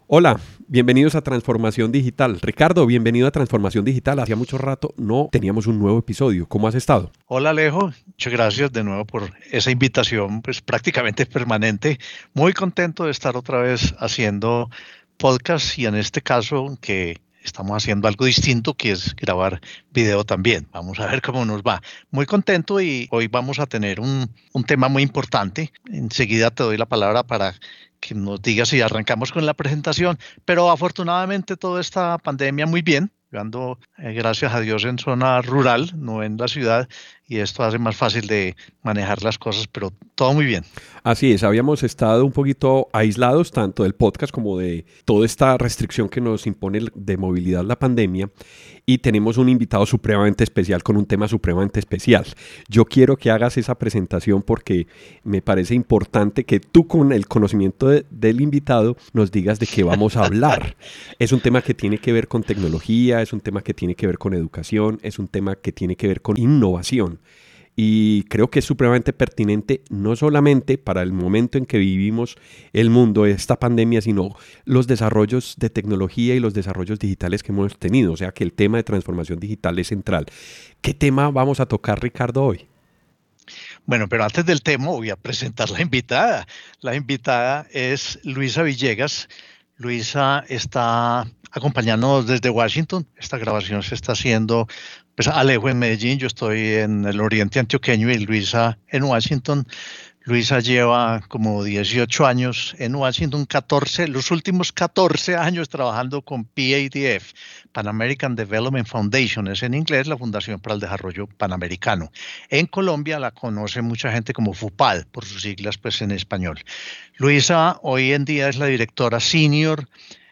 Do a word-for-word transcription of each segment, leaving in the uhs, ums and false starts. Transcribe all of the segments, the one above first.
Hola, bienvenidos a Transformación Digital. Ricardo, bienvenido a Transformación Digital. Hacía mucho rato no teníamos un nuevo episodio. ¿Cómo has estado? Hola Alejo, muchas gracias de nuevo por esa invitación, pues prácticamente permanente. Muy contento de estar otra vez haciendo podcast y en este caso que estamos haciendo algo distinto, que es grabar video también. Vamos a ver cómo nos va. Muy contento y hoy vamos a tener un, un tema muy importante. Enseguida te doy la palabra para que nos digas si arrancamos con la presentación, pero afortunadamente toda esta pandemia muy bien. Yo ando, eh, gracias a Dios, en zona rural, no en la ciudad, y esto hace más fácil de manejar las cosas, pero todo muy bien. Así es, habíamos estado un poquito aislados tanto del podcast como de toda esta restricción que nos impone de movilidad la pandemia, y tenemos un invitado supremamente especial con un tema supremamente especial. Yo quiero que hagas esa presentación porque me parece importante que tú, con el conocimiento de, del invitado, nos digas de qué vamos a hablar. Es un tema que tiene que ver con tecnología, es un tema que tiene que ver con educación, es un tema que tiene que ver con innovación. Y creo que es supremamente pertinente no solamente para el momento en que vivimos el mundo, esta pandemia, sino los desarrollos de tecnología y los desarrollos digitales que hemos tenido. O sea que el tema de transformación digital es central. ¿Qué tema vamos a tocar, Ricardo, hoy? Bueno, pero antes del tema voy a presentar la invitada. La invitada es Luisa Villegas. Luisa está acompañándonos desde Washington. Esta grabación se está haciendo, pues, Alejo en Medellín, yo estoy en el oriente antioqueño y Luisa en Washington. Luisa lleva como dieciocho años en Washington, catorce, los últimos catorce años trabajando con P A D F, Pan American Development Foundation, es en inglés la Fundación para el Desarrollo Panamericano. En Colombia la conoce mucha gente como FUPAD, por sus siglas pues en español. Luisa hoy en día es la directora senior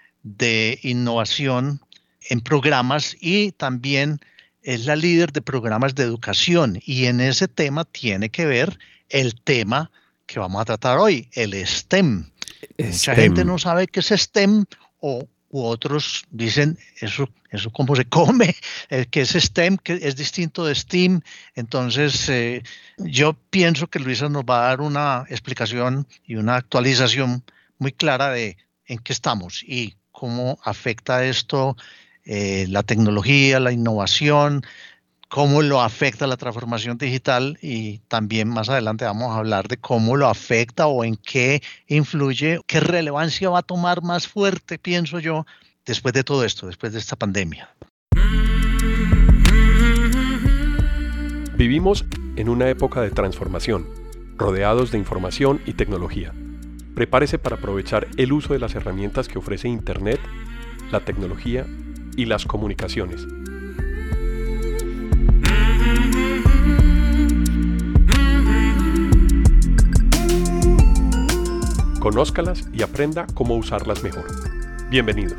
de innovación en programas y también es la líder de programas de educación, y en ese tema tiene que ver el tema que vamos a tratar hoy, el STEM. STEM. Mucha gente no sabe qué es STEM, o u otros dicen eso, eso cómo se come, eh, que es STEM, que es distinto de STEAM. Entonces, eh, yo pienso que Luisa nos va a dar una explicación y una actualización muy clara de en qué estamos y cómo afecta esto eh, la tecnología, la innovación, cómo lo afecta la transformación digital, y también más adelante vamos a hablar de cómo lo afecta o en qué influye, qué relevancia va a tomar más fuerte, pienso yo, después de todo esto, después de esta pandemia. Vivimos en una época de transformación, rodeados de información y tecnología. Prepárese para aprovechar el uso de las herramientas que ofrece Internet, la tecnología y las comunicaciones. Conózcalas y aprenda cómo usarlas mejor. Bienvenidos.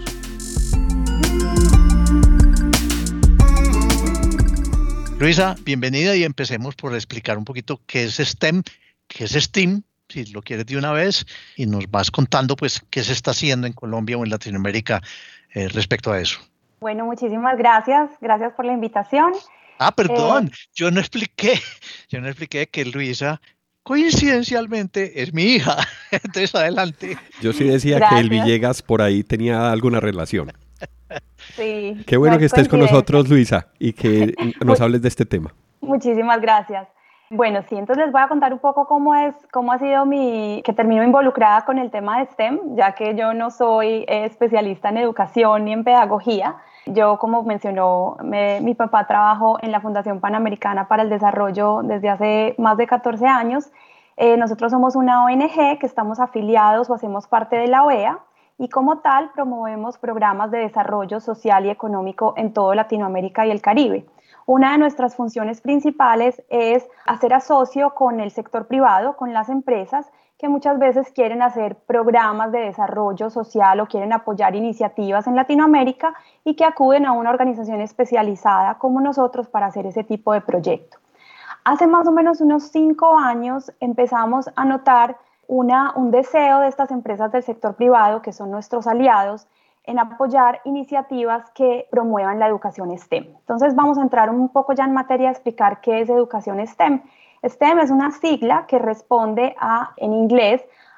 Luisa, bienvenida, y empecemos por explicar un poquito qué es STEM, qué es STEAM, si lo quieres de una vez, y nos vas contando pues qué se está haciendo en Colombia o en Latinoamérica eh, respecto a eso. Bueno, muchísimas gracias. Gracias por la invitación. Ah, perdón, eh, yo no expliqué, yo no expliqué que Luisa coincidencialmente es mi hija. Entonces, adelante. Yo sí decía Gracias. Que el Villegas por ahí tenía alguna relación. Sí. Qué bueno no que estés con nosotros, Luisa, y que nos hables de este tema. Muchísimas gracias. Bueno, sí, entonces les voy a contar un poco cómo es, cómo ha sido mi, que termino involucrada con el tema de STEM, ya que yo no soy eh, especialista en educación ni en pedagogía. Yo, como mencionó me, mi papá, trabajo en la Fundación Panamericana para el Desarrollo desde hace más de catorce años. Eh, nosotros somos una O N G que estamos afiliados o hacemos parte de la O E A, y como tal promovemos programas de desarrollo social y económico en toda Latinoamérica y el Caribe. Una de nuestras funciones principales es hacer asocio con el sector privado, con las empresas que muchas veces quieren hacer programas de desarrollo social o quieren apoyar iniciativas en Latinoamérica y que acuden a una organización especializada como nosotros para hacer ese tipo de proyecto. Hace más o menos unos cinco años empezamos a notar una, un deseo de estas empresas del sector privado, que son nuestros aliados, en apoyar iniciativas que promuevan la educación STEM. Entonces vamos a entrar un poco ya en materia de explicar qué es educación STEM. STEM es una sigla que responde a, en inglés,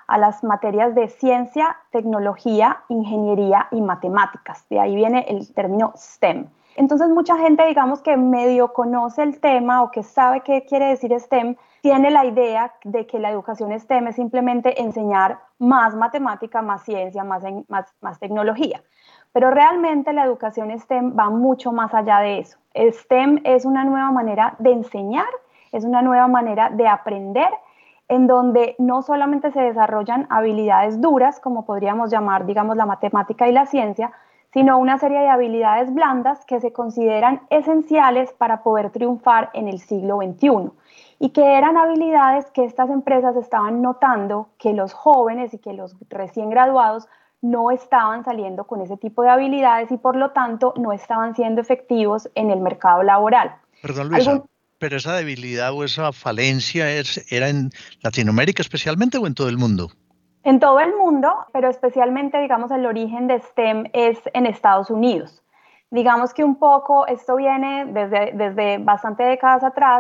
a las materias de ciencia, tecnología, ingeniería y matemáticas. De ahí viene el término STEM. Entonces mucha gente, digamos, que medio conoce el tema o que sabe qué quiere decir STEM, tiene la idea de que la educación STEM es simplemente enseñar más matemática, más ciencia, más, más, más tecnología. Pero realmente la educación STEM va mucho más allá de eso. STEM es una nueva manera de enseñar, es una nueva manera de aprender, en donde no solamente se desarrollan habilidades duras, como podríamos llamar, digamos, la matemática y la ciencia, sino una serie de habilidades blandas que se consideran esenciales para poder triunfar en el siglo veintiuno y que eran habilidades que estas empresas estaban notando que los jóvenes y que los recién graduados no estaban saliendo con ese tipo de habilidades y por lo tanto no estaban siendo efectivos en el mercado laboral. Perdón, Luisa, ¿Algún... pero esa debilidad o esa falencia es, ¿era en Latinoamérica especialmente o en todo el mundo? En todo el mundo, pero especialmente, digamos, el origen de STEM es en Estados Unidos. Digamos que un poco esto viene desde, desde bastante décadas atrás,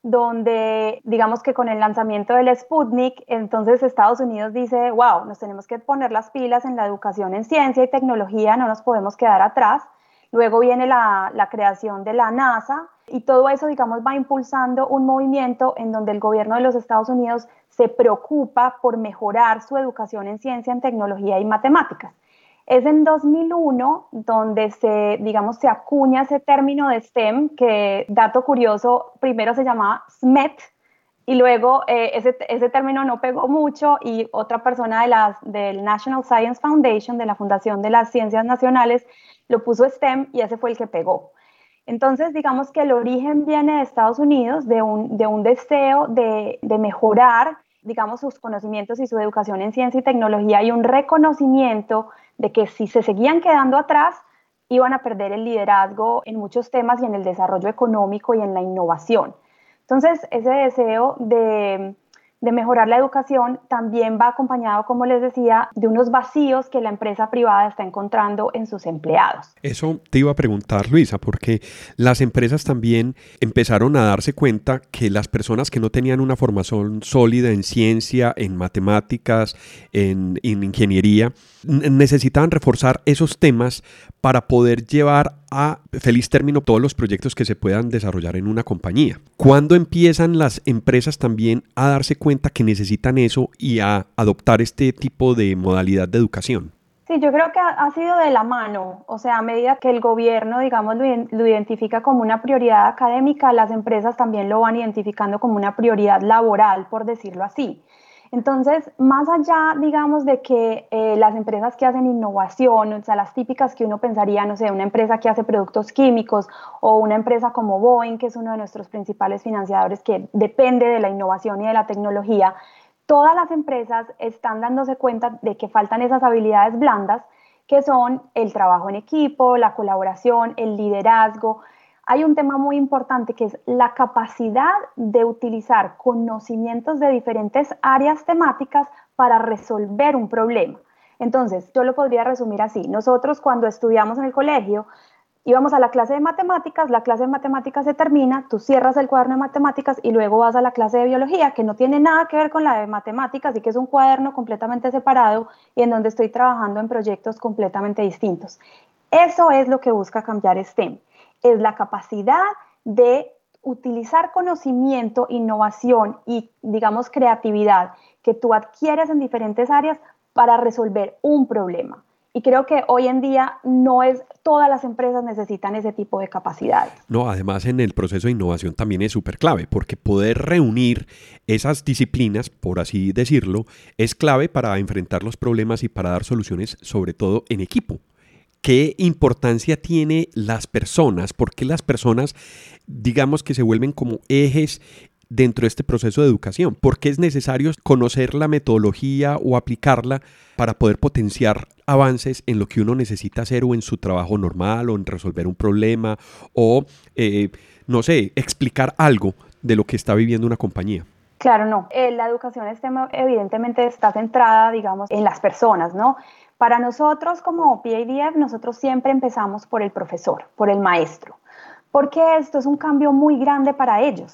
donde digamos que con el lanzamiento del Sputnik, entonces Estados Unidos dice, wow, nos tenemos que poner las pilas en la educación en ciencia y tecnología, no nos podemos quedar atrás. Luego viene la, la creación de la NASA y todo eso, digamos, va impulsando un movimiento en donde el gobierno de los Estados Unidos se preocupa por mejorar su educación en ciencia, en tecnología y matemáticas. Es en dos mil uno donde se, digamos, se acuña ese término de STEM, que, dato curioso, primero se llamaba S M E T y luego eh, ese, ese término no pegó mucho y otra persona de las, del National Science Foundation, de la Fundación de las Ciencias Nacionales, lo puso STEM y ese fue el que pegó. Entonces, digamos que el origen viene de Estados Unidos, de un, de un deseo de, de mejorar, digamos, sus conocimientos y su educación en ciencia y tecnología y un reconocimiento de que si se seguían quedando atrás, iban a perder el liderazgo en muchos temas y en el desarrollo económico y en la innovación. Entonces, ese deseo de, de mejorar la educación también va acompañado, como les decía, de unos vacíos que la empresa privada está encontrando en sus empleados. Eso te iba a preguntar, Luisa, porque las empresas también empezaron a darse cuenta que las personas que no tenían una formación sólida en ciencia, en matemáticas, en, en ingeniería, necesitaban reforzar esos temas para poder llevar a feliz término todos los proyectos que se puedan desarrollar en una compañía. ¿Cuándo empiezan las empresas también a darse cuenta que necesitan eso y a adoptar este tipo de modalidad de educación? Sí, yo creo que ha, ha sido de la mano, o sea, a medida que el gobierno, digamos, lo, lo identifica como una prioridad académica, las empresas también lo van identificando como una prioridad laboral, por decirlo así. Entonces, más allá, digamos, de que eh, las empresas que hacen innovación, o sea, las típicas que uno pensaría, no sé, una empresa que hace productos químicos o una empresa como Boeing, que es uno de nuestros principales financiadores que depende de la innovación y de la tecnología, todas las empresas están dándose cuenta de que faltan esas habilidades blandas, que son el trabajo en equipo, la colaboración, el liderazgo. Hay un tema muy importante que es la capacidad de utilizar conocimientos de diferentes áreas temáticas para resolver un problema. Entonces, yo lo podría resumir así. Nosotros cuando estudiamos en el colegio, íbamos a la clase de matemáticas, la clase de matemáticas se termina, tú cierras el cuaderno de matemáticas y luego vas a la clase de biología, que no tiene nada que ver con la de matemáticas y que es un cuaderno completamente separado y en donde estoy trabajando en proyectos completamente distintos. Eso es lo que busca cambiar STEM. Es la capacidad de utilizar conocimiento, innovación y, digamos, creatividad que tú adquieres en diferentes áreas para resolver un problema. Y creo que hoy en día no es, todas las empresas necesitan ese tipo de capacidades. No, además en el proceso de innovación también es súper clave, porque poder reunir esas disciplinas, por así decirlo, es clave para enfrentar los problemas y para dar soluciones, sobre todo en equipo. ¿Qué importancia tiene las personas? ¿Por qué las personas, digamos, que se vuelven como ejes dentro de este proceso de educación? ¿Por qué es necesario conocer la metodología o aplicarla para poder potenciar avances en lo que uno necesita hacer o en su trabajo normal o en resolver un problema o, eh, no sé, explicar algo de lo que está viviendo una compañía? Claro, no. Eh, la educación STEM evidentemente está centrada, digamos, en las personas, ¿no? Para nosotros como P I D F, nosotros siempre empezamos por el profesor, por el maestro, porque esto es un cambio muy grande para ellos.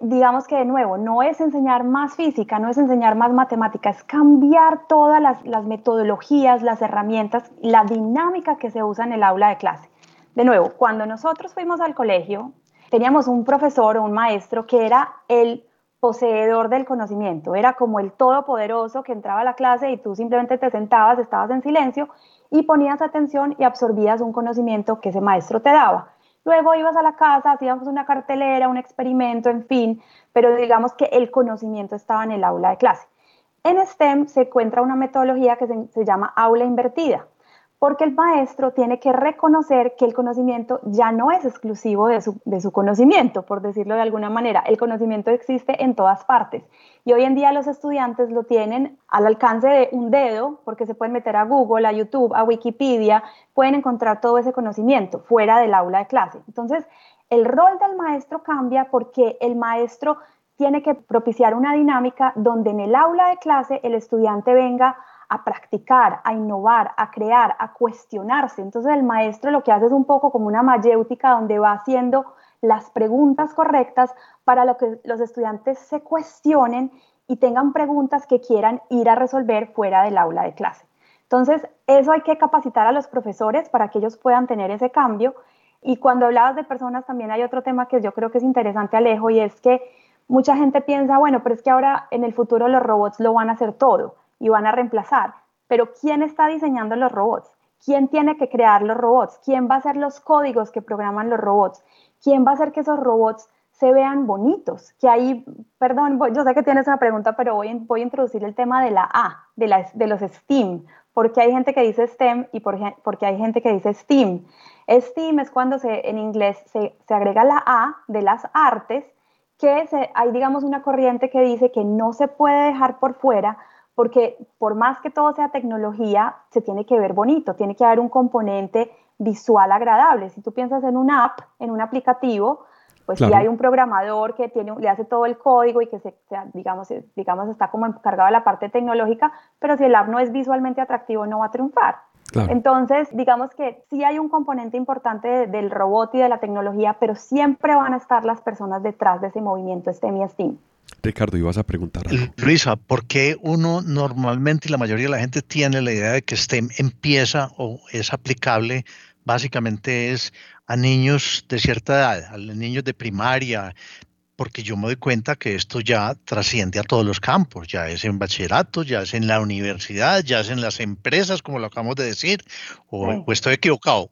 digamos que de nuevo, no es enseñar más física, no es enseñar más matemática, es cambiar todas las, las metodologías, las herramientas, la dinámica que se usa en el aula de clase. De nuevo, cuando nosotros fuimos al colegio, teníamos un profesor o un maestro que era el poseedor del conocimiento, era como el todopoderoso que entraba a la clase y tú simplemente te sentabas, estabas en silencio y ponías atención y absorbías un conocimiento que ese maestro te daba. Luego ibas a la casa, hacíamos una cartelera, un experimento, en fin, pero digamos que el conocimiento estaba en el aula de clase. En STEM se encuentra una metodología que se, se llama aula invertida, porque el maestro tiene que reconocer que el conocimiento ya no es exclusivo de su, de su conocimiento, por decirlo de alguna manera. El conocimiento existe en todas partes y hoy en día los estudiantes lo tienen al alcance de un dedo, porque se pueden meter a Google, a YouTube, a Wikipedia, pueden encontrar todo ese conocimiento fuera del aula de clase. Entonces, el rol del maestro cambia porque el maestro tiene que propiciar una dinámica donde en el aula de clase el estudiante venga a practicar, a innovar, a crear, a cuestionarse. Entonces el maestro lo que hace es un poco como una mayéutica donde va haciendo las preguntas correctas para lo que los estudiantes se cuestionen y tengan preguntas que quieran ir a resolver fuera del aula de clase. Entonces eso hay que capacitar a los profesores para que ellos puedan tener ese cambio. Y cuando hablabas de personas también hay otro tema que yo creo que es interesante, Alejo, y es que mucha gente piensa, bueno, pero es que ahora en el futuro los robots lo van a hacer todo y van a reemplazar, pero ¿quién está diseñando los robots? ¿Quién tiene que crear los robots? ¿Quién va a hacer los códigos que programan los robots? ¿Quién va a hacer que esos robots se vean bonitos? Que ahí, perdón, yo sé que tienes una pregunta, pero voy, voy a introducir el tema de la A, de, la, de los STEAM, porque hay gente que dice STEM y por, porque hay gente que dice STEAM. STEAM es cuando se, en inglés se, se agrega la A de las artes, que se, hay digamos una corriente que dice que no se puede dejar por fuera, porque por más que todo sea tecnología, se tiene que ver bonito, tiene que haber un componente visual agradable. Si tú piensas en una app, en un aplicativo, pues claro, si hay un programador que tiene, le hace todo el código y que se, sea, digamos, digamos está como encargado de la parte tecnológica, pero si el app no es visualmente atractivo, no va a triunfar. Claro. Entonces, digamos que sí hay un componente importante de, del robot y de la tecnología, pero siempre van a estar las personas detrás de ese movimiento STEM y STEAM. Ricardo, ibas a preguntar algo. Luisa, ¿por qué uno normalmente y la mayoría de la gente tiene la idea de que STEM empieza o es aplicable básicamente es a niños de cierta edad, a los niños de primaria? Porque yo me doy cuenta que esto ya trasciende a todos los campos, ya es en bachillerato, ya es en la universidad, ya es en las empresas, como lo acabamos de decir, o, sí. o estoy equivocado.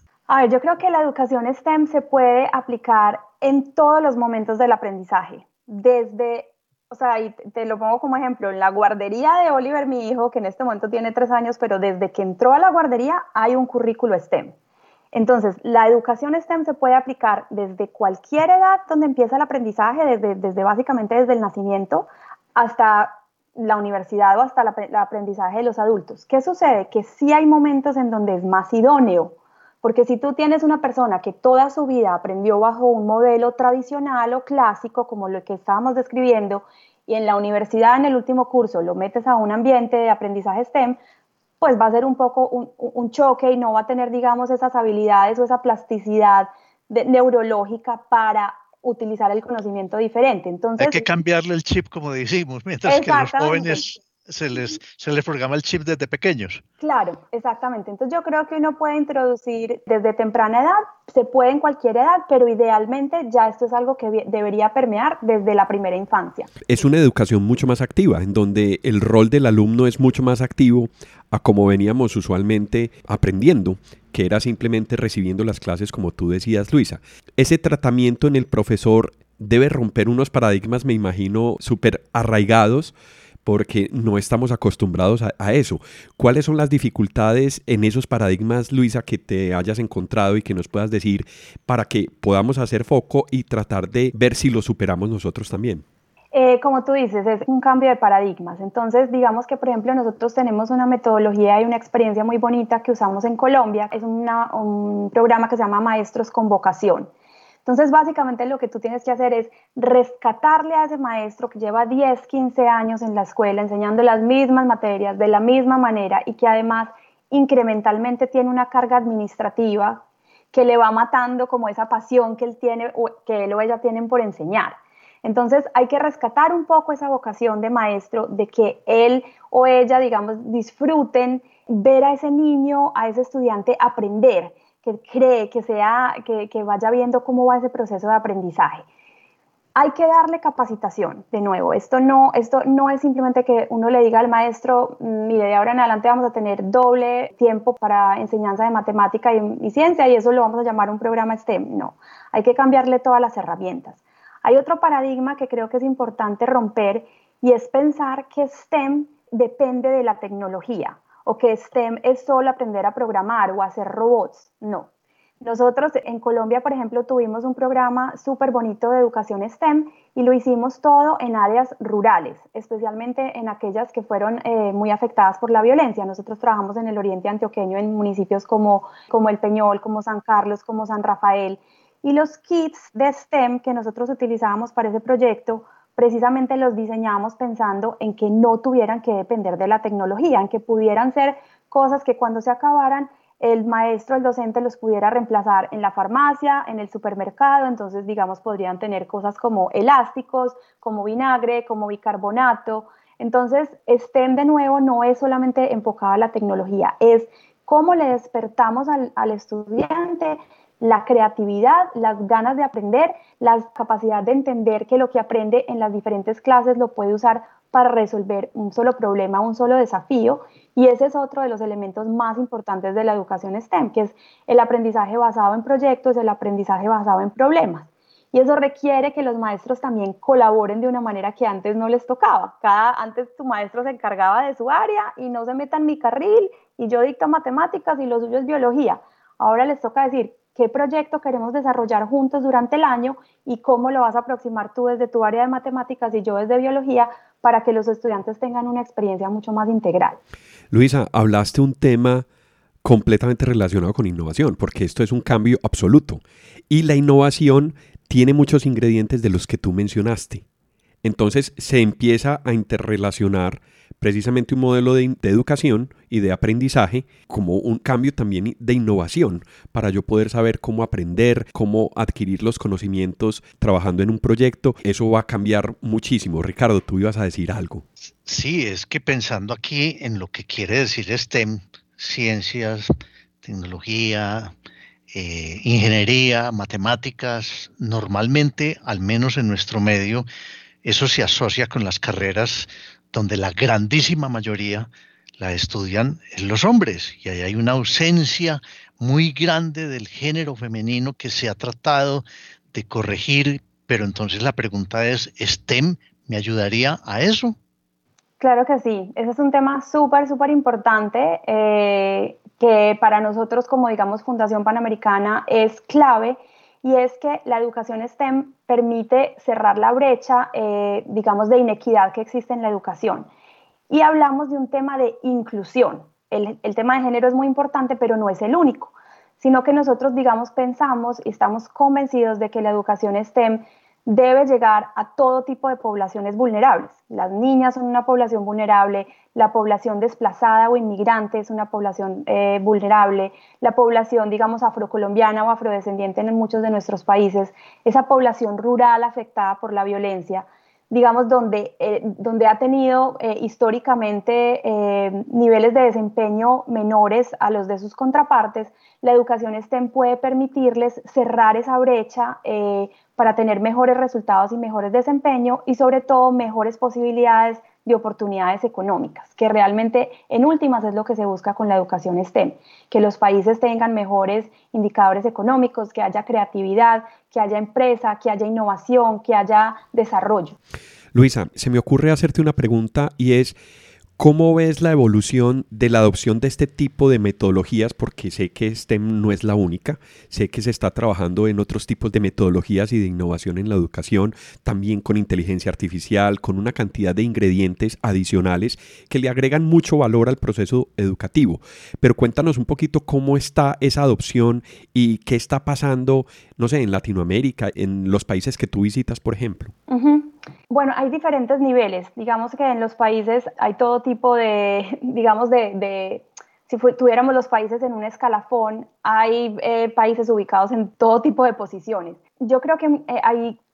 A ver, yo creo que la educación STEM se puede aplicar en todos los momentos del aprendizaje. Desde, o sea, y te lo pongo como ejemplo, en la guardería de Oliver, mi hijo, que en este momento tiene tres años, pero desde que entró a la guardería hay un currículo STEM. Entonces, la educación STEM se puede aplicar desde cualquier edad donde empieza el aprendizaje, desde, desde básicamente desde el nacimiento hasta la universidad o hasta la, el aprendizaje de los adultos. ¿Qué sucede? Que sí hay momentos en donde es más idóneo. Porque si tú tienes una persona que toda su vida aprendió bajo un modelo tradicional o clásico, como lo que estábamos describiendo, y en la universidad en el último curso lo metes a un ambiente de aprendizaje STEM, pues va a ser un poco un, un choque y no va a tener, digamos, esas habilidades o esa plasticidad de, neurológica para utilizar el conocimiento diferente. Entonces, hay que cambiarle el chip, como decimos, mientras que los jóvenes se les, se les programa el chip desde pequeños. Claro, exactamente. Entonces yo creo que uno puede introducir desde temprana edad, se puede en cualquier edad, pero idealmente ya esto es algo que debería permear desde la primera infancia. Es una educación mucho más activa, en donde el rol del alumno es mucho más activo a como veníamos usualmente aprendiendo, que era simplemente recibiendo las clases como tú decías, Luisa. Ese tratamiento en el profesor debe romper unos paradigmas, me imagino, súper arraigados, porque no estamos acostumbrados a, a eso. ¿Cuáles son las dificultades en esos paradigmas, Luisa, que te hayas encontrado y que nos puedas decir para que podamos hacer foco y tratar de ver si lo superamos nosotros también? Eh, como tú dices, es un cambio de paradigmas. Entonces, digamos que, por ejemplo, nosotros tenemos una metodología y una experiencia muy bonita que usamos en Colombia. Es una, un programa que se llama Maestros con Vocación. Entonces, básicamente lo que tú tienes que hacer es rescatarle a ese maestro que lleva diez, quince años en la escuela enseñando las mismas materias de la misma manera y que además incrementalmente tiene una carga administrativa que le va matando como esa pasión que él tiene o que él o ella tienen por enseñar. Entonces hay que rescatar un poco esa vocación de maestro, de que él o ella, digamos, disfruten ver a ese niño, a ese estudiante aprender, que cree, que, sea, que, que vaya viendo cómo va ese proceso de aprendizaje. Hay que darle capacitación, de nuevo, esto no, esto no es simplemente que uno le diga al maestro, mire, de ahora en adelante vamos a tener doble tiempo para enseñanza de matemática y, y ciencia y eso lo vamos a llamar un programa STEM. No, hay que cambiarle todas las herramientas. Hay otro paradigma que creo que es importante romper y es pensar que STEM depende de la tecnología o que STEM es solo aprender a programar o hacer robots. No. Nosotros en Colombia, por ejemplo, tuvimos un programa súper bonito de educación STEM y lo hicimos todo en áreas rurales, especialmente en aquellas que fueron eh, muy afectadas por la violencia. Nosotros trabajamos en el oriente antioqueño en municipios como, como El Peñol, como San Carlos, como San Rafael. Y los kits de STEM que nosotros utilizábamos para ese proyecto, precisamente los diseñamos pensando en que no tuvieran que depender de la tecnología, en que pudieran ser cosas que cuando se acabaran, el maestro, el docente los pudiera reemplazar en la farmacia, en el supermercado, entonces digamos podrían tener cosas como elásticos, como vinagre, como bicarbonato. Entonces STEM de nuevo no es solamente enfocado a la tecnología, es cómo le despertamos al, al estudiante la creatividad, las ganas de aprender, la capacidad de entender que lo que aprende en las diferentes clases lo puede usar para resolver un solo problema, un solo desafío, y ese es otro de los elementos más importantes de la educación STEM, que es el aprendizaje basado en proyectos, el aprendizaje basado en problemas. Y eso requiere que los maestros también colaboren de una manera que antes no les tocaba. Cada, antes tu maestro se encargaba de su área y no se meta en mi carril, y yo dicto matemáticas y lo suyo es biología. Ahora les toca decir qué proyecto queremos desarrollar juntos durante el año y cómo lo vas a aproximar tú desde tu área de matemáticas y yo desde biología para que los estudiantes tengan una experiencia mucho más integral. Luisa, hablaste un tema completamente relacionado con innovación, porque esto es un cambio absoluto. Y la innovación tiene muchos ingredientes de los que tú mencionaste. Entonces se empieza a interrelacionar precisamente un modelo de, de educación y de aprendizaje como un cambio también de innovación para yo poder saber cómo aprender, cómo adquirir los conocimientos trabajando en un proyecto. Eso va a cambiar muchísimo. Ricardo, tú ibas a decir algo. Sí, es que pensando aquí en lo que quiere decir STEM, ciencias, tecnología, eh, ingeniería, matemáticas, normalmente, al menos en nuestro medio, eso se asocia con las carreras donde la grandísima mayoría la estudian los hombres y ahí hay una ausencia muy grande del género femenino que se ha tratado de corregir, pero entonces la pregunta es, ¿STEM me ayudaría a eso? Claro que sí, ese es un tema súper, súper importante eh, que para nosotros como digamos Fundación Panamericana es clave. Y es que la educación STEM permite cerrar la brecha, eh, digamos, de inequidad que existe en la educación. Y hablamos de un tema de inclusión. El, el tema de género es muy importante, pero no es el único, sino que nosotros, digamos, pensamos y estamos convencidos de que la educación STEM debe llegar a todo tipo de poblaciones vulnerables. Las niñas son una población vulnerable, la población desplazada o inmigrante es una población eh, vulnerable, la población, digamos, afrocolombiana o afrodescendiente en muchos de nuestros países, esa población rural afectada por la violencia, digamos, donde, eh, donde ha tenido eh, históricamente eh, niveles de desempeño menores a los de sus contrapartes. La educación STEM puede permitirles cerrar esa brecha eh, para tener mejores resultados y mejores desempeño y sobre todo mejores posibilidades de oportunidades económicas, que realmente en últimas es lo que se busca con la educación STEM, que los países tengan mejores indicadores económicos, que haya creatividad, que haya empresa, que haya innovación, que haya desarrollo. Luisa, se me ocurre hacerte una pregunta y es, ¿cómo ves la evolución de la adopción de este tipo de metodologías? Porque sé que STEM no es la única, sé que se está trabajando en otros tipos de metodologías y de innovación en la educación, también con inteligencia artificial, con una cantidad de ingredientes adicionales que le agregan mucho valor al proceso educativo. Pero cuéntanos un poquito cómo está esa adopción y qué está pasando, no sé, en Latinoamérica, en los países que tú visitas, por ejemplo. Uh-huh. Bueno, hay diferentes niveles. Digamos que en los países hay todo tipo de, digamos, de, de si fu- tuviéramos los países en un escalafón, hay eh, países ubicados en todo tipo de posiciones. Yo creo que eh, hay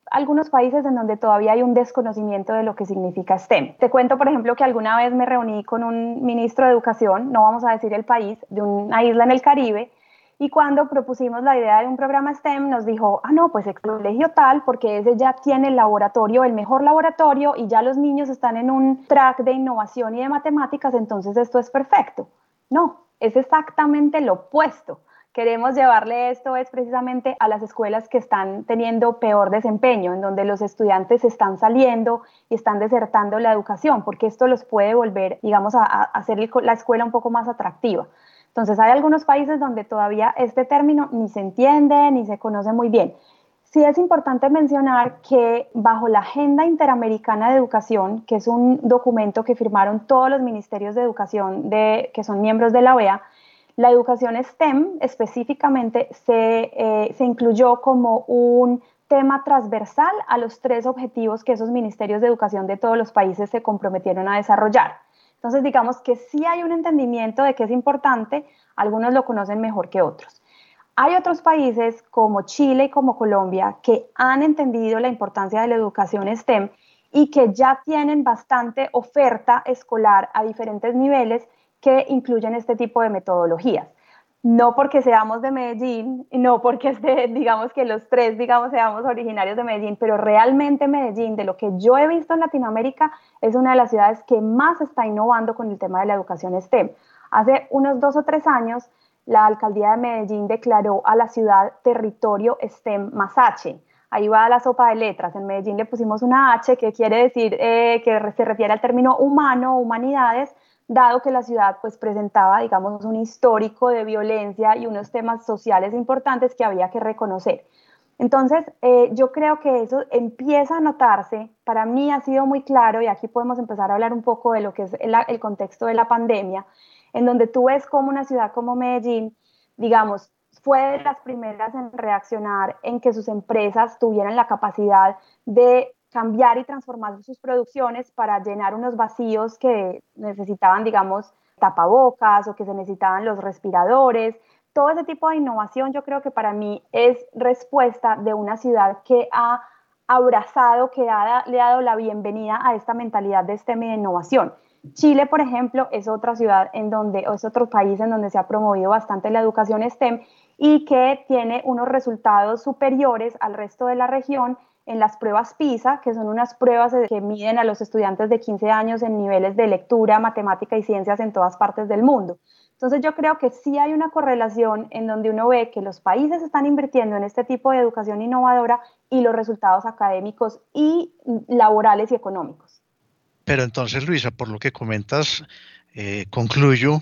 algunos países en donde todavía hay un desconocimiento de lo que significa STEM. Te cuento, por ejemplo, que alguna vez me reuní con un ministro de Educación, no vamos a decir el país, de una isla en el Caribe, y cuando propusimos la idea de un programa STEM nos dijo, ah no, pues el colegio tal, porque ese ya tiene el laboratorio, el mejor laboratorio, y ya los niños están en un track de innovación y de matemáticas, entonces esto es perfecto. No, es exactamente lo opuesto. Queremos llevarle esto es precisamente a las escuelas que están teniendo peor desempeño, en donde los estudiantes están saliendo y están desertando la educación, porque esto los puede volver, digamos, a, a hacer la escuela un poco más atractiva. Entonces hay algunos países donde todavía este término ni se entiende ni se conoce muy bien. Sí es importante mencionar que bajo la Agenda Interamericana de Educación, que es un documento que firmaron todos los ministerios de educación de, que son miembros de la O E A, la educación STEM específicamente se, eh, se incluyó como un tema transversal a los tres objetivos que esos ministerios de educación de todos los países se comprometieron a desarrollar. Entonces, digamos que sí hay un entendimiento de que es importante, algunos lo conocen mejor que otros. Hay otros países como Chile y como Colombia que han entendido la importancia de la educación STEM y que ya tienen bastante oferta escolar a diferentes niveles que incluyen este tipo de metodologías. No porque seamos de Medellín, no porque este, digamos que los tres digamos, seamos originarios de Medellín, pero realmente Medellín, de lo que yo he visto en Latinoamérica, es una de las ciudades que más está innovando con el tema de la educación STEM. Hace unos dos o tres años, la alcaldía de Medellín declaró a la ciudad territorio STEM más H. Ahí va la sopa de letras. En Medellín le pusimos una H que quiere decir eh, que se refiere al término humano, humanidades, dado que la ciudad pues presentaba, digamos, un histórico de violencia y unos temas sociales importantes que había que reconocer. Entonces, eh, yo creo que eso empieza a notarse. Para mí ha sido muy claro, y aquí podemos empezar a hablar un poco de lo que es el, el contexto de la pandemia, en donde tú ves como una ciudad como Medellín, digamos, fue de las primeras en reaccionar en que sus empresas tuvieran la capacidad de cambiar y transformar sus producciones para llenar unos vacíos que necesitaban, digamos, tapabocas o que se necesitaban los respiradores. Todo ese tipo de innovación yo creo que para mí es respuesta de una ciudad que ha abrazado, que ha, le ha dado la bienvenida a esta mentalidad de STEM y de innovación. Chile, por ejemplo, es otra ciudad en donde, o es otro país en donde se ha promovido bastante la educación STEM y que tiene unos resultados superiores al resto de la región en las pruebas PISA, que son unas pruebas que miden a los estudiantes de quince años en niveles de lectura, matemática y ciencias en todas partes del mundo. Entonces yo creo que sí hay una correlación en donde uno ve que los países están invirtiendo en este tipo de educación innovadora y los resultados académicos y laborales y económicos. Pero entonces, Luisa, por lo que comentas, eh, concluyo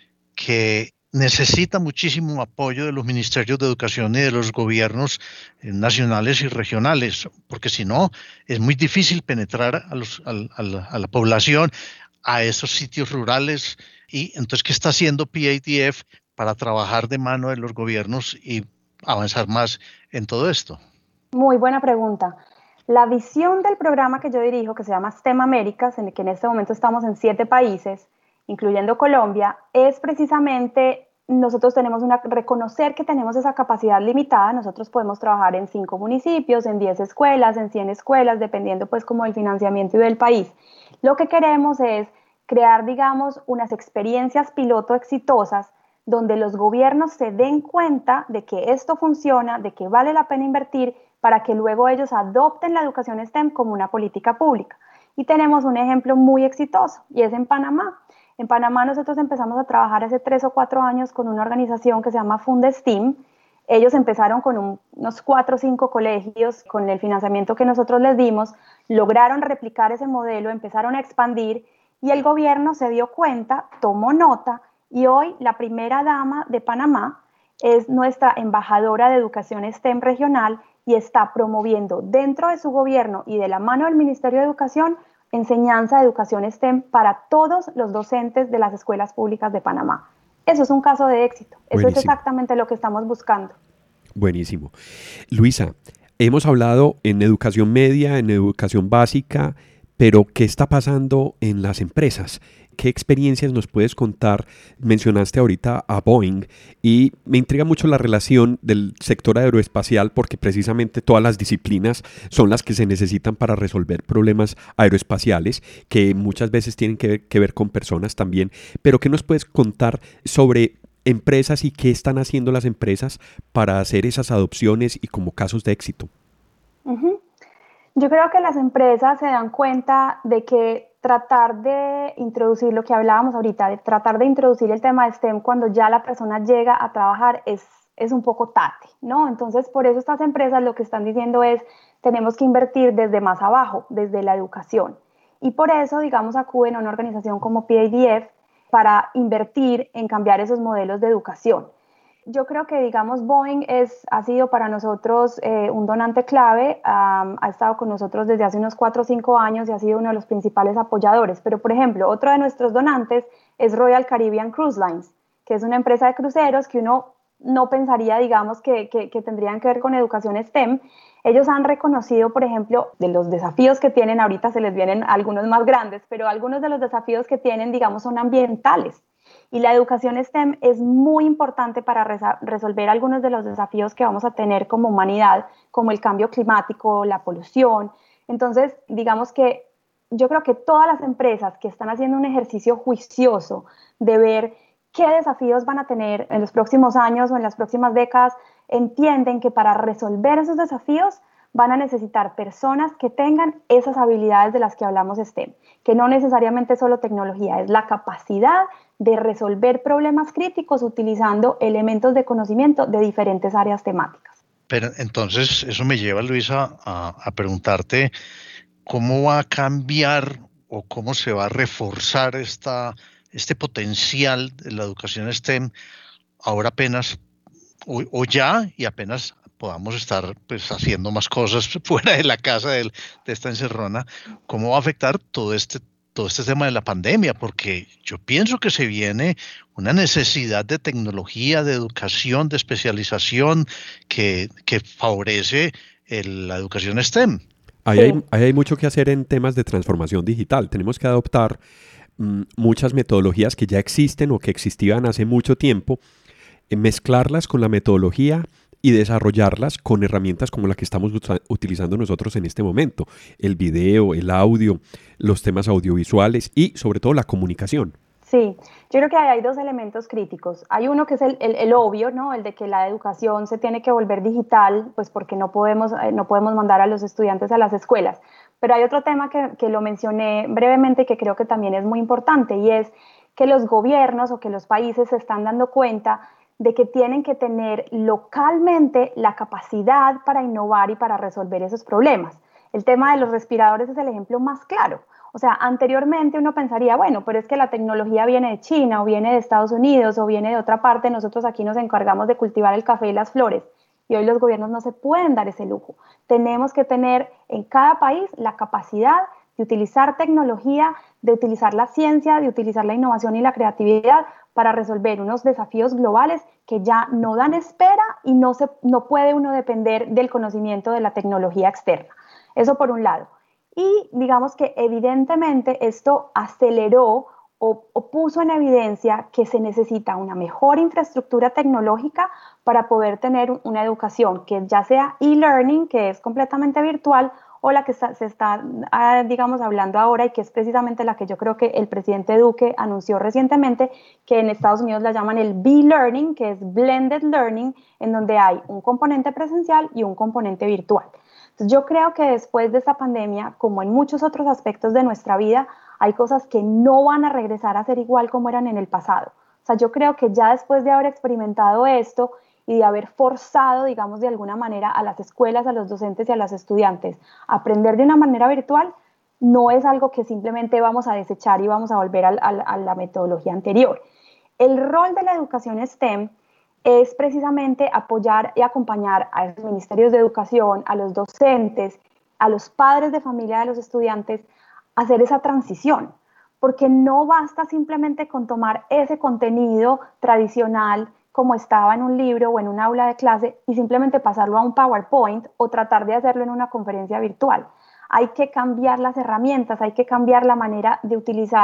que necesita muchísimo apoyo de los ministerios de educación y de los gobiernos eh, nacionales y regionales, porque si no, es muy difícil penetrar a, los, a, a, la, a la población, a esos sitios rurales. Y entonces, ¿qué está haciendo P A T F para trabajar de mano de los gobiernos y avanzar más en todo esto? Muy buena pregunta. La visión del programa que yo dirijo, que se llama STEM Américas, en el que en este momento estamos en siete países, incluyendo Colombia, es precisamente, nosotros tenemos una, reconocer que tenemos esa capacidad limitada. Nosotros podemos trabajar en cinco municipios, en diez escuelas, en cien escuelas, dependiendo pues como del financiamiento y del país. Lo que queremos es crear, digamos, unas experiencias piloto exitosas donde los gobiernos se den cuenta de que esto funciona, de que vale la pena invertir, para que luego ellos adopten la educación STEM como una política pública. Y tenemos un ejemplo muy exitoso, y es en Panamá. En Panamá nosotros empezamos a trabajar hace tres o cuatro años con una organización que se llama Fundestim. Ellos empezaron con un, unos cuatro o cinco colegios, con el financiamiento que nosotros les dimos, lograron replicar ese modelo, empezaron a expandir, y el gobierno se dio cuenta, tomó nota, y hoy la primera dama de Panamá es nuestra embajadora de educación STEM regional y está promoviendo dentro de su gobierno y de la mano del Ministerio de Educación enseñanza de educación STEM para todos los docentes de las escuelas públicas de Panamá. Eso es un caso de éxito. Eso Buenísimo. Es exactamente lo que estamos buscando. Buenísimo. Luisa, hemos hablado en educación media, en educación básica, pero ¿qué está pasando en las empresas? ¿Qué experiencias nos puedes contar? Mencionaste ahorita a Boeing y me intriga mucho la relación del sector aeroespacial porque precisamente todas las disciplinas son las que se necesitan para resolver problemas aeroespaciales que muchas veces tienen que ver, que ver con personas también. Pero ¿qué nos puedes contar sobre empresas y qué están haciendo las empresas para hacer esas adopciones y como casos de éxito? Uh-huh. Yo creo que las empresas se dan cuenta de que tratar de introducir lo que hablábamos ahorita, de tratar de introducir el tema de STEM cuando ya la persona llega a trabajar es, es un poco tarde, ¿no? Entonces, por eso estas empresas lo que están diciendo es, tenemos que invertir desde más abajo, desde la educación. Y por eso, digamos, acuden a una organización como P A D F para invertir en cambiar esos modelos de educación. Yo creo que, digamos, Boeing es, ha sido para nosotros eh, un donante clave, um, ha estado con nosotros desde hace unos cuatro o cinco años y ha sido uno de los principales apoyadores. Pero, por ejemplo, otro de nuestros donantes es Royal Caribbean Cruise Lines, que es una empresa de cruceros que uno no pensaría, digamos, que, que, que tendrían que ver con educación STEM. Ellos han reconocido, por ejemplo, de los desafíos que tienen, ahorita se les vienen algunos más grandes, pero algunos de los desafíos que tienen, digamos, son ambientales. Y la educación STEM es muy importante para resa- resolver algunos de los desafíos que vamos a tener como humanidad, como el cambio climático, la polución. Entonces, digamos que yo creo que todas las empresas que están haciendo un ejercicio juicioso de ver qué desafíos van a tener en los próximos años o en las próximas décadas, entienden que para resolver esos desafíos van a necesitar personas que tengan esas habilidades de las que hablamos STEM, que no necesariamente es solo tecnología, es la capacidad de resolver problemas críticos utilizando elementos de conocimiento de diferentes áreas temáticas. Pero entonces eso me lleva, Luisa, a, a preguntarte cómo va a cambiar o cómo se va a reforzar esta, este potencial de la educación STEM ahora apenas o, o ya y apenas podamos estar pues haciendo más cosas fuera de la casa de, de esta encerrona. ¿Cómo va a afectar todo este todo este tema de la pandemia? Porque yo pienso que se viene una necesidad de tecnología, de educación, de especialización que, que favorece el, la educación STEM. Ahí, sí. hay, ahí hay mucho que hacer en temas de transformación digital. Tenemos que adoptar mm, muchas metodologías que ya existen o que existían hace mucho tiempo, eh, mezclarlas con la metodología y desarrollarlas con herramientas como la que estamos ut- utilizando nosotros en este momento. El video, el audio, los temas audiovisuales y sobre todo la comunicación. Sí, yo creo que hay dos elementos críticos. Hay uno que es el, el, el obvio, ¿no? El de que la educación se tiene que volver digital, pues porque no podemos, eh, no podemos mandar a los estudiantes a las escuelas. Pero hay otro tema que, que lo mencioné brevemente que creo que también es muy importante y es que los gobiernos o que los países se están dando cuenta de que tienen que tener localmente la capacidad para innovar y para resolver esos problemas. El tema de los respiradores es el ejemplo más claro. O sea, anteriormente uno pensaría, bueno, pero es que la tecnología viene de China o viene de Estados Unidos o viene de otra parte, nosotros aquí nos encargamos de cultivar el café y las flores. Y hoy los gobiernos no se pueden dar ese lujo. Tenemos que tener en cada país la capacidad de utilizar tecnología, de utilizar la ciencia, de utilizar la innovación y la creatividad para resolver unos desafíos globales que ya no dan espera y no, se, no puede uno depender del conocimiento de la tecnología externa. Eso por un lado. Y digamos que evidentemente esto aceleró o, o puso en evidencia que se necesita una mejor infraestructura tecnológica para poder tener una educación que ya sea e-learning, que es completamente virtual, o la que está, se está, digamos, hablando ahora y que es precisamente la que yo creo que el presidente Duque anunció recientemente, que en Estados Unidos la llaman el B-Learning, que es Blended Learning, en donde hay un componente presencial y un componente virtual. Entonces, yo creo que después de esta pandemia, como en muchos otros aspectos de nuestra vida, hay cosas que no van a regresar a ser igual como eran en el pasado. O sea, yo creo que ya después de haber experimentado esto y de haber forzado, digamos, de alguna manera a las escuelas, a los docentes y a los estudiantes a aprender de una manera virtual, no es algo que simplemente vamos a desechar y vamos a volver a, a, a la metodología anterior. El rol de la educación STEM es precisamente apoyar y acompañar a los ministerios de educación, a los docentes, a los padres de familia de los estudiantes, a hacer esa transición, porque no basta simplemente con tomar ese contenido tradicional como estaba en un libro o en un aula de clase y simplemente pasarlo a un PowerPoint o tratar de hacerlo en una conferencia virtual. Hay que cambiar las herramientas, hay que cambiar la manera de utilizar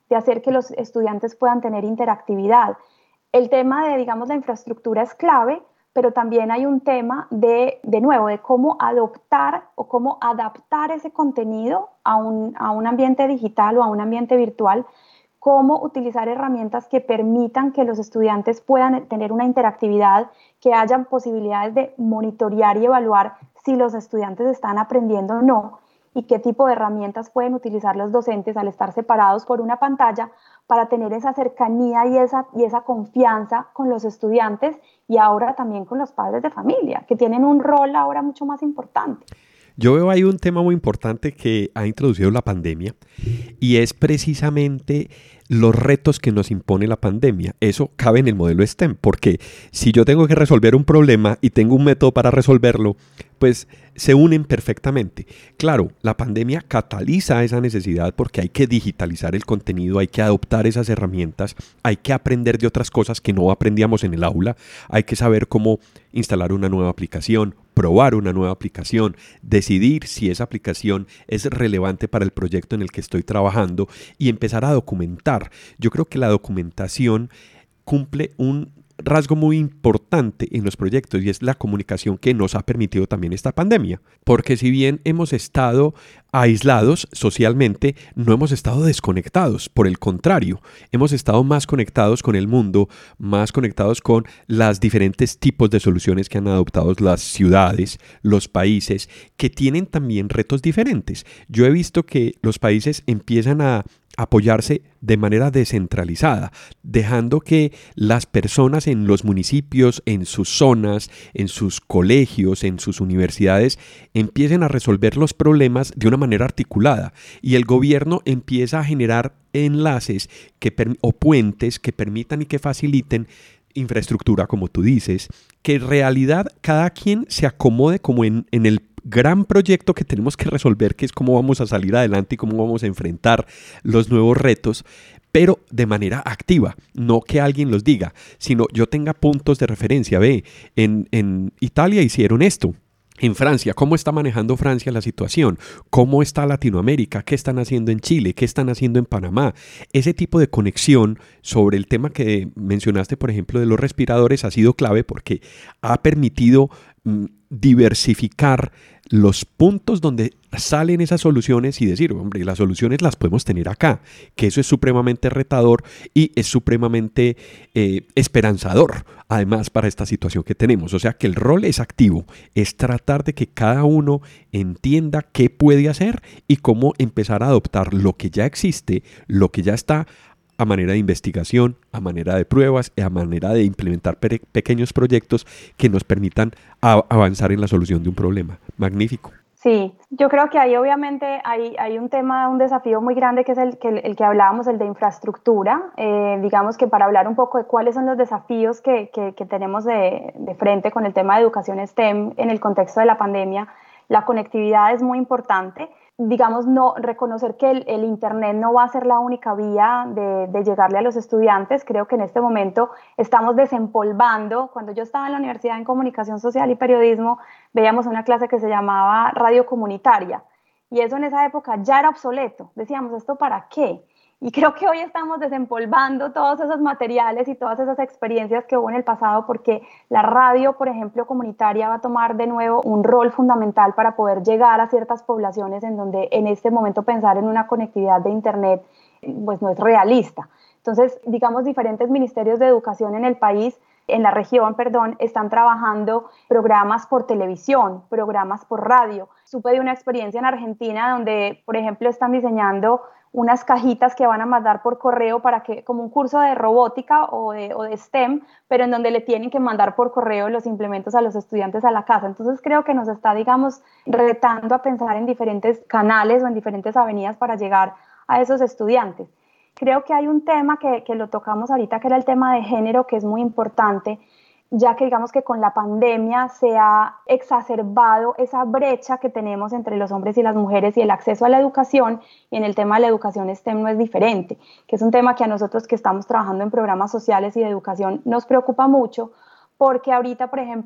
de hacer que los estudiantes puedan tener interactividad. El tema de, digamos, la infraestructura es clave, pero también hay un tema de, de nuevo, de cómo adoptar o cómo adaptar ese contenido a un, a un ambiente digital o a un ambiente virtual, cómo utilizar herramientas que permitan que los estudiantes puedan tener una interactividad, que hayan posibilidades de monitorear y evaluar si los estudiantes están aprendiendo o no, y qué tipo de herramientas pueden utilizar los docentes al estar separados por una pantalla para tener esa cercanía y esa, y esa confianza con los estudiantes y ahora también con los padres de familia, que tienen un rol ahora mucho más importante. Yo veo ahí un tema muy importante que ha introducido la pandemia y es precisamente los retos que nos impone la pandemia. Eso cabe en el modelo STEM, porque si yo tengo que resolver un problema y tengo un método para resolverlo, pues se unen perfectamente. Claro, la pandemia cataliza esa necesidad porque hay que digitalizar el contenido, hay que adoptar esas herramientas, hay que aprender de otras cosas que no aprendíamos en el aula, hay que saber cómo instalar una nueva aplicación, probar una nueva aplicación, decidir si esa aplicación es relevante para el proyecto en el que estoy trabajando y empezar a documentar. Yo creo que la documentación cumple un rasgo muy importante en los proyectos y es la comunicación que nos ha permitido también esta pandemia. Porque si bien hemos estado aislados socialmente, no hemos estado desconectados. Por el contrario, hemos estado más conectados con el mundo, más conectados con los diferentes tipos de soluciones que han adoptado las ciudades, los países, que tienen también retos diferentes. Yo he visto que los países empiezan a apoyarse de manera descentralizada, dejando que las personas en los municipios, en sus zonas, en sus colegios, en sus universidades, empiecen a resolver los problemas de una manera articulada y el gobierno empieza a generar enlaces que, o puentes que permitan y que faciliten infraestructura, como tú dices, que en realidad cada quien se acomode como en, en el gran proyecto que tenemos que resolver, que es cómo vamos a salir adelante y cómo vamos a enfrentar los nuevos retos, pero de manera activa, no que alguien los diga, sino yo tenga puntos de referencia. Ve, en, en Italia hicieron esto. En Francia, ¿cómo está manejando Francia la situación? ¿Cómo está Latinoamérica? ¿Qué están haciendo en Chile? ¿Qué están haciendo en Panamá? Ese tipo de conexión sobre el tema que mencionaste, por ejemplo, de los respiradores ha sido clave porque ha permitido mm, diversificar los puntos donde salen esas soluciones y decir, hombre, las soluciones las podemos tener acá, que eso es supremamente retador y es supremamente eh, esperanzador, además, para esta situación que tenemos. O sea, que el rol es activo, es tratar de que cada uno entienda qué puede hacer y cómo empezar a adoptar lo que ya existe, lo que ya está, a manera de investigación, a manera de pruebas, a manera de implementar pe- pequeños proyectos que nos permitan a- avanzar en la solución de un problema. Magnífico. Sí, yo creo que ahí obviamente hay, hay un tema, un desafío muy grande que es el que, el que hablábamos, el de infraestructura. Eh, digamos que para hablar un poco de cuáles son los desafíos que, que, que tenemos de, de frente con el tema de educación STEM en el contexto de la pandemia, la conectividad es muy importante. Digamos, no reconocer que el, el Internet no va a ser la única vía de, de llegarle a los estudiantes. Creo que en este momento estamos desempolvando. Cuando yo estaba en la Universidad en Comunicación Social y Periodismo, veíamos una clase que se llamaba Radio Comunitaria y eso en esa época ya era obsoleto. Decíamos, ¿esto para qué? Y creo que hoy estamos desempolvando todos esos materiales y todas esas experiencias que hubo en el pasado porque la radio, por ejemplo, comunitaria va a tomar de nuevo un rol fundamental para poder llegar a ciertas poblaciones en donde en este momento pensar en una conectividad de Internet pues no es realista. Entonces, digamos, diferentes ministerios de educación en el país, en la región, perdón, están trabajando programas por televisión, programas por radio. Supe de una experiencia en Argentina donde, por ejemplo, están diseñando unas cajitas que van a mandar por correo para que, como un curso de robótica o de, o de STEM, pero en donde le tienen que mandar por correo los implementos a los estudiantes a la casa. Entonces creo que nos está, digamos, retando a pensar en diferentes canales o en diferentes avenidas para llegar a esos estudiantes. Creo que hay un tema que, que lo tocamos ahorita, que era el tema de género, que es muy importante, ya que digamos que con la pandemia se ha exacerbado esa brecha que tenemos entre los hombres y las mujeres y el acceso a la educación, y en el tema de la educación STEM no es diferente, que es un tema que a nosotros que estamos trabajando en programas sociales y de educación nos preocupa mucho, porque ahorita, por ejemplo,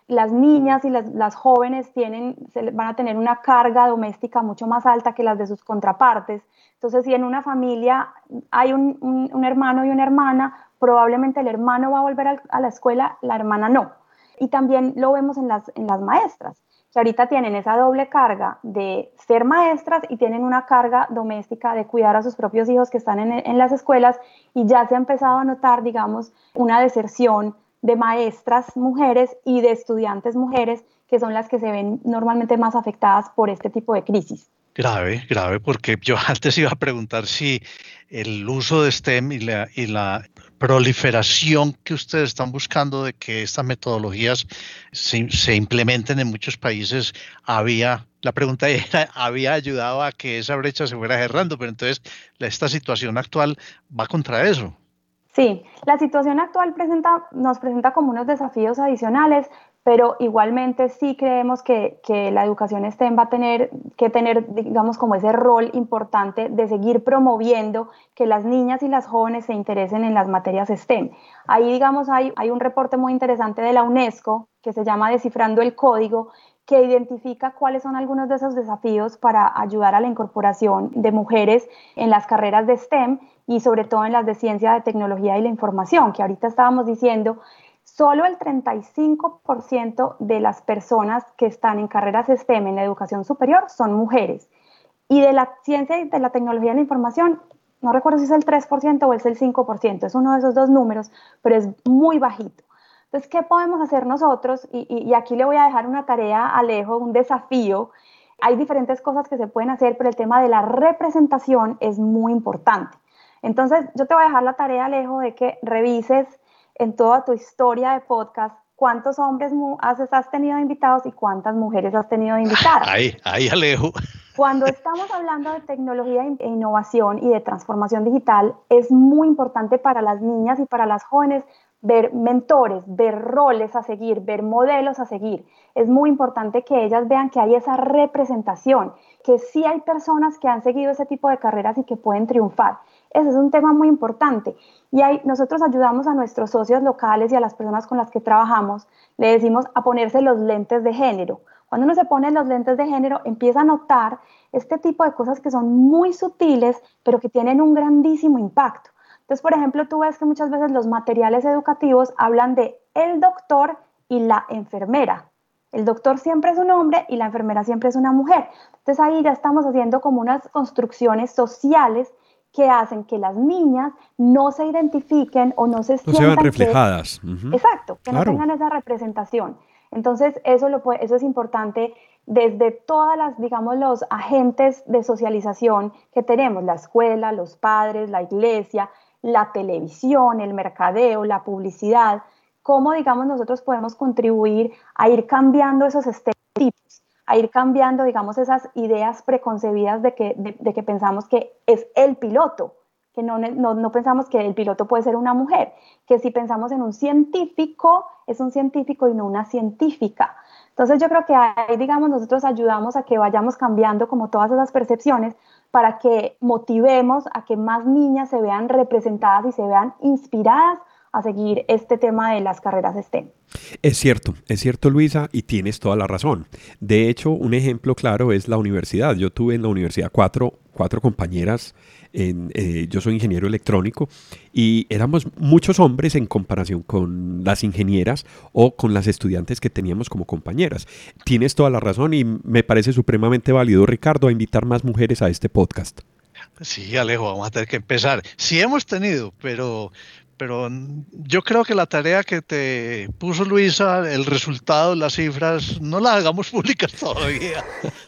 las niñas y las, las jóvenes tienen, se, van a tener una carga doméstica mucho más alta que las de sus contrapartes. Entonces, si en una familia hay un, un, un hermano y una hermana, probablemente el hermano va a volver a, a la escuela, la hermana no. Y también lo vemos en las, en las maestras, que ahorita tienen esa doble carga de ser maestras y tienen una carga doméstica de cuidar a sus propios hijos que están en, en las escuelas, y ya se ha empezado a notar, digamos, una deserción de maestras mujeres y de estudiantes mujeres, que son las que se ven normalmente más afectadas por este tipo de crisis. Grave, grave, porque yo antes iba a preguntar si el uso de STEM y la, y la proliferación que ustedes están buscando de que estas metodologías se, se implementen en muchos países, había, la pregunta era, había ayudado a que esa brecha se fuera cerrando, pero entonces esta situación actual va contra eso. Sí, la situación actual presenta, nos presenta como unos desafíos adicionales, pero igualmente sí creemos que, que la educación STEM va a tener que tener, digamos, como ese rol importante de seguir promoviendo que las niñas y las jóvenes se interesen en las materias STEM. Ahí, digamos, hay, hay un reporte muy interesante de la UNESCO que se llama Descifrando el Código, que identifica cuáles son algunos de esos desafíos para ayudar a la incorporación de mujeres en las carreras de STEM y sobre todo en las de ciencia, de tecnología y la información, que ahorita estábamos diciendo. Solo el treinta y cinco por ciento de las personas que están en carreras STEM en la educación superior son mujeres. Y de la ciencia y de la tecnología y la información, no recuerdo si es el tres por ciento o es el cinco por ciento, es uno de esos dos números, pero es muy bajito. Entonces, ¿qué podemos hacer nosotros? Y, y, y aquí le voy a dejar una tarea a Alejo, un desafío. Hay diferentes cosas que se pueden hacer, pero el tema de la representación es muy importante. Entonces, yo te voy a dejar la tarea, Alejo, de que revises en toda tu historia de podcast cuántos hombres has, has tenido invitados y cuántas mujeres has tenido invitadas. Ahí, ahí Alejo. Cuando estamos hablando de tecnología e innovación y de transformación digital, es muy importante para las niñas y para las jóvenes ver mentores, ver roles a seguir, ver modelos a seguir. Es muy importante que ellas vean que hay esa representación, que sí hay personas que han seguido ese tipo de carreras y que pueden triunfar. Ese es un tema muy importante. Y ahí nosotros ayudamos a nuestros socios locales y a las personas con las que trabajamos, le decimos a ponerse los lentes de género. Cuando uno se pone los lentes de género, empieza a notar este tipo de cosas que son muy sutiles, pero que tienen un grandísimo impacto. Entonces, por ejemplo, tú ves que muchas veces los materiales educativos hablan de el doctor y la enfermera. El doctor siempre es un hombre y la enfermera siempre es una mujer. Entonces, ahí ya estamos haciendo como unas construcciones sociales que hacen que las niñas no se identifiquen o no se sientan... No se vean reflejadas. Que, uh-huh. Exacto, que claro. No tengan esa representación. Entonces, eso, lo puede, eso es importante desde todas las, digamos, los agentes de socialización que tenemos, la escuela, los padres, la iglesia, la televisión, el mercadeo, la publicidad, cómo, digamos, nosotros podemos contribuir a ir cambiando esos estereotipos, a ir cambiando, digamos, esas ideas preconcebidas de que, de, de que pensamos que es el piloto, que no, no, no pensamos que el piloto puede ser una mujer, que si pensamos en un científico, es un científico y no una científica. Entonces yo creo que ahí, digamos, nosotros ayudamos a que vayamos cambiando como todas esas percepciones para que motivemos a que más niñas se vean representadas y se vean inspiradas a seguir este tema de las carreras STEM. Es cierto, es cierto, Luisa, y tienes toda la razón. De hecho, un ejemplo claro es la universidad. Yo tuve en la universidad cuatro, cuatro compañeras, en, eh, yo soy ingeniero electrónico, y éramos muchos hombres en comparación con las ingenieras o con las estudiantes que teníamos como compañeras. Tienes toda la razón y me parece supremamente válido, Ricardo, a invitar más mujeres a este podcast. Sí, Alejo, vamos a tener que empezar. Sí hemos tenido, pero... Pero yo creo que la tarea que te puso Luisa, el resultado, las cifras, no las hagamos públicas todavía.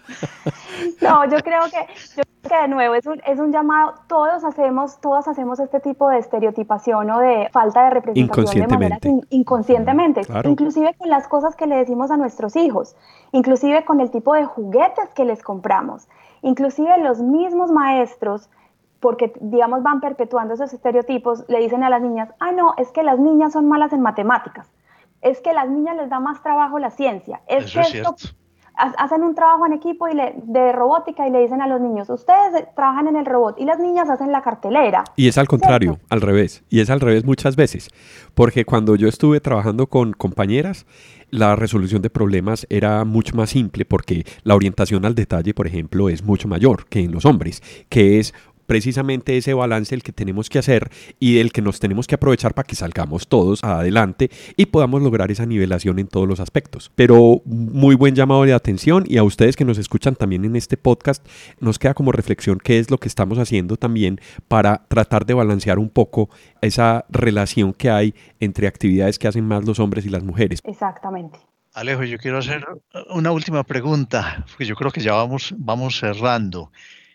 No, yo creo que, yo creo que de nuevo es un, es un llamado, todos hacemos, todos hacemos este tipo de estereotipación o de falta de representación de manera in, inconscientemente, claro. Inclusive con las cosas que le decimos a nuestros hijos, inclusive con el tipo de juguetes que les compramos, inclusive los mismos maestros, porque, digamos, van perpetuando esos estereotipos, le dicen a las niñas, ah, no, es que las niñas son malas en matemáticas, es que a las niñas les da más trabajo la ciencia, es Eso que es esto, cierto. hacen un trabajo en equipo y le, de robótica y le dicen a los niños, ustedes trabajan en el robot y las niñas hacen la cartelera. Y es al contrario, ¿cierto? al revés. Y es al revés muchas veces. Porque cuando yo estuve trabajando con compañeras, la resolución de problemas era mucho más simple porque la orientación al detalle, por ejemplo, es mucho mayor que en los hombres, que es precisamente ese balance el que tenemos que hacer y el que nos tenemos que aprovechar para que salgamos todos adelante y podamos lograr esa nivelación en todos los aspectos. Pero muy buen llamado de atención, y a ustedes que nos escuchan también en este podcast, nos queda como reflexión qué es lo que estamos haciendo también para tratar de balancear un poco esa relación que hay entre actividades que hacen más los hombres y las mujeres. Exactamente. Alejo, yo quiero hacer una última pregunta, porque yo creo que ya vamos, vamos cerrando.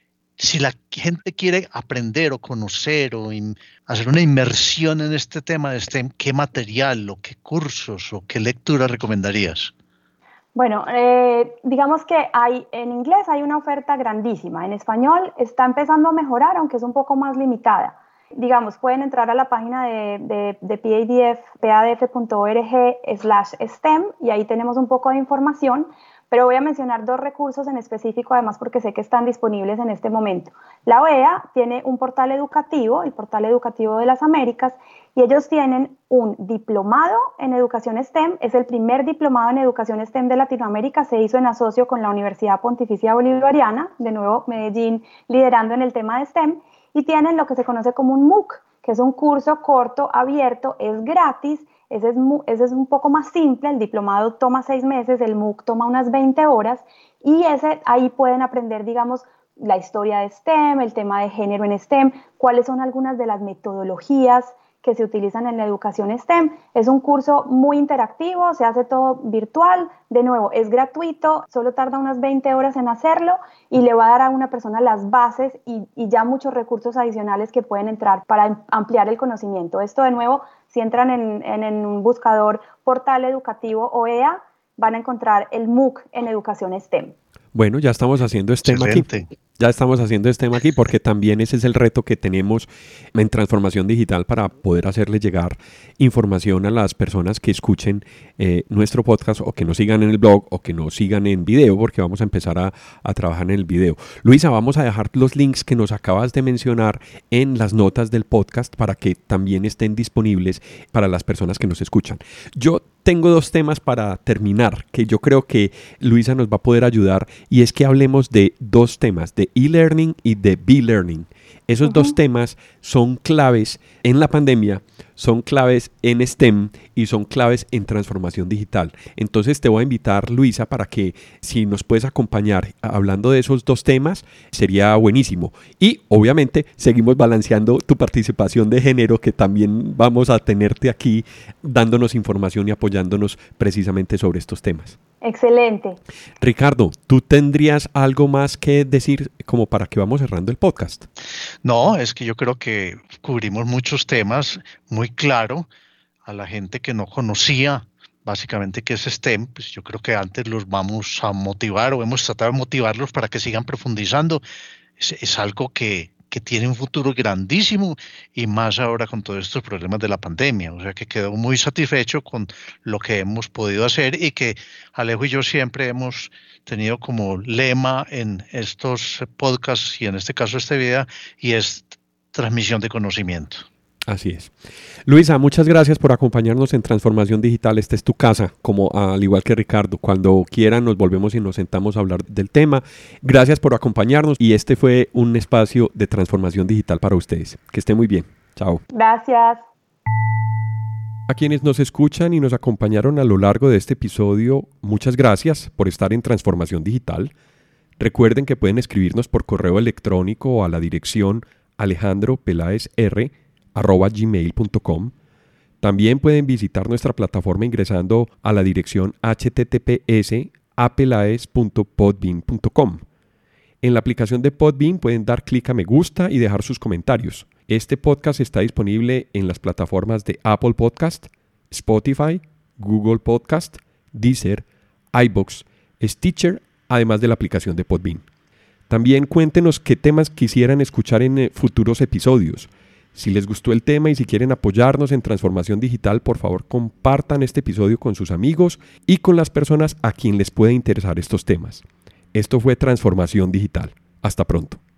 Si la gente quiere aprender o conocer o in, hacer una inmersión en este tema de STEM, ¿qué material o qué cursos o qué lecturas recomendarías? Bueno, eh, digamos que hay, en inglés hay una oferta grandísima. En español está empezando a mejorar, aunque es un poco más limitada. Digamos, pueden entrar a la página de, de, de P A D F, padf punto org slash STEM, y ahí tenemos un poco de información. Pero voy a mencionar dos recursos en específico, además porque sé que están disponibles en este momento. La O E A tiene un portal educativo, el Portal Educativo de las Américas, y ellos tienen un diplomado en educación STEM. Es el primer diplomado en educación STEM de Latinoamérica, se hizo en asocio con la Universidad Pontificia Bolivariana, de nuevo Medellín liderando en el tema de STEM, y tienen lo que se conoce como un MOOC, que es un curso corto, abierto, es gratis. Ese es, ese es un poco más simple, el diplomado toma seis meses, el MOOC toma unas veinte horas, y ese, ahí pueden aprender, digamos, la historia de STEM, el tema de género en STEM, cuáles son algunas de las metodologías que se utilizan en la educación STEM. Es un curso muy interactivo, se hace todo virtual, de nuevo, es gratuito, solo tarda unas veinte horas en hacerlo y le va a dar a una persona las bases y, y ya muchos recursos adicionales que pueden entrar para ampliar el conocimiento. Esto, de nuevo, si entran en, en, en un buscador Portal Educativo O E A, van a encontrar el MOOC en educación STEM. Bueno, ya estamos haciendo STEM Excelente. aquí. Ya estamos haciendo STEM aquí porque también ese es el reto que tenemos en Transformación Digital para poder hacerle llegar información a las personas que escuchen eh, nuestro podcast o que nos sigan en el blog o que nos sigan en video, porque vamos a empezar a, a trabajar en el video. Luisa, vamos a dejar los links que nos acabas de mencionar en las notas del podcast para que también estén disponibles para las personas que nos escuchan. Yo tengo dos temas para terminar que yo creo que Luisa nos va a poder ayudar, y es que hablemos de dos temas, de e-learning y de be-learning. Esos uh-huh. dos temas son claves en la pandemia, son claves en STEM y son claves en transformación digital. Entonces te voy a invitar, Luisa, para que si nos puedes acompañar hablando de esos dos temas, sería buenísimo. Y obviamente seguimos balanceando tu participación de género, que también vamos a tenerte aquí dándonos información y apoyándonos precisamente sobre estos temas. Excelente. Ricardo, ¿tú tendrías algo más que decir como para que vamos cerrando el podcast? No, es que yo creo que cubrimos muchos temas muy claro. A la gente que no conocía básicamente qué es STEM, pues yo creo que antes los vamos a motivar o hemos tratado de motivarlos para que sigan profundizando. Es, es algo que, que tiene un futuro grandísimo, y más ahora con todos estos problemas de la pandemia. O sea que quedo muy satisfecho con lo que hemos podido hacer, y que Alejo y yo siempre hemos tenido como lema en estos podcasts y en este caso este video, y es transmisión de conocimiento. Así es. Luisa, muchas gracias por acompañarnos en Transformación Digital. Esta es tu casa, como al igual que Ricardo. Cuando quieran nos volvemos y nos sentamos a hablar del tema. Gracias por acompañarnos, y este fue un espacio de transformación digital para ustedes. Que estén muy bien. Chao. Gracias. A quienes nos escuchan y nos acompañaron a lo largo de este episodio, muchas gracias por estar en Transformación Digital. Recuerden que pueden escribirnos por correo electrónico a la dirección alejandro peláez r arroba gmail punto com. También pueden visitar nuestra plataforma ingresando a la dirección h t t p s a pelaez punto podbean punto com. En la aplicación de Podbean pueden dar clic a me gusta y dejar sus comentarios. Este podcast está disponible en las plataformas de Apple Podcast, Spotify, Google Podcast, Deezer, iVoox, Stitcher, además de la aplicación de Podbean. También cuéntenos qué temas quisieran escuchar en futuros episodios. Si les gustó el tema y si quieren apoyarnos en Transformación Digital, por favor compartan este episodio con sus amigos y con las personas a quien les puede interesar estos temas. Esto fue Transformación Digital. Hasta pronto.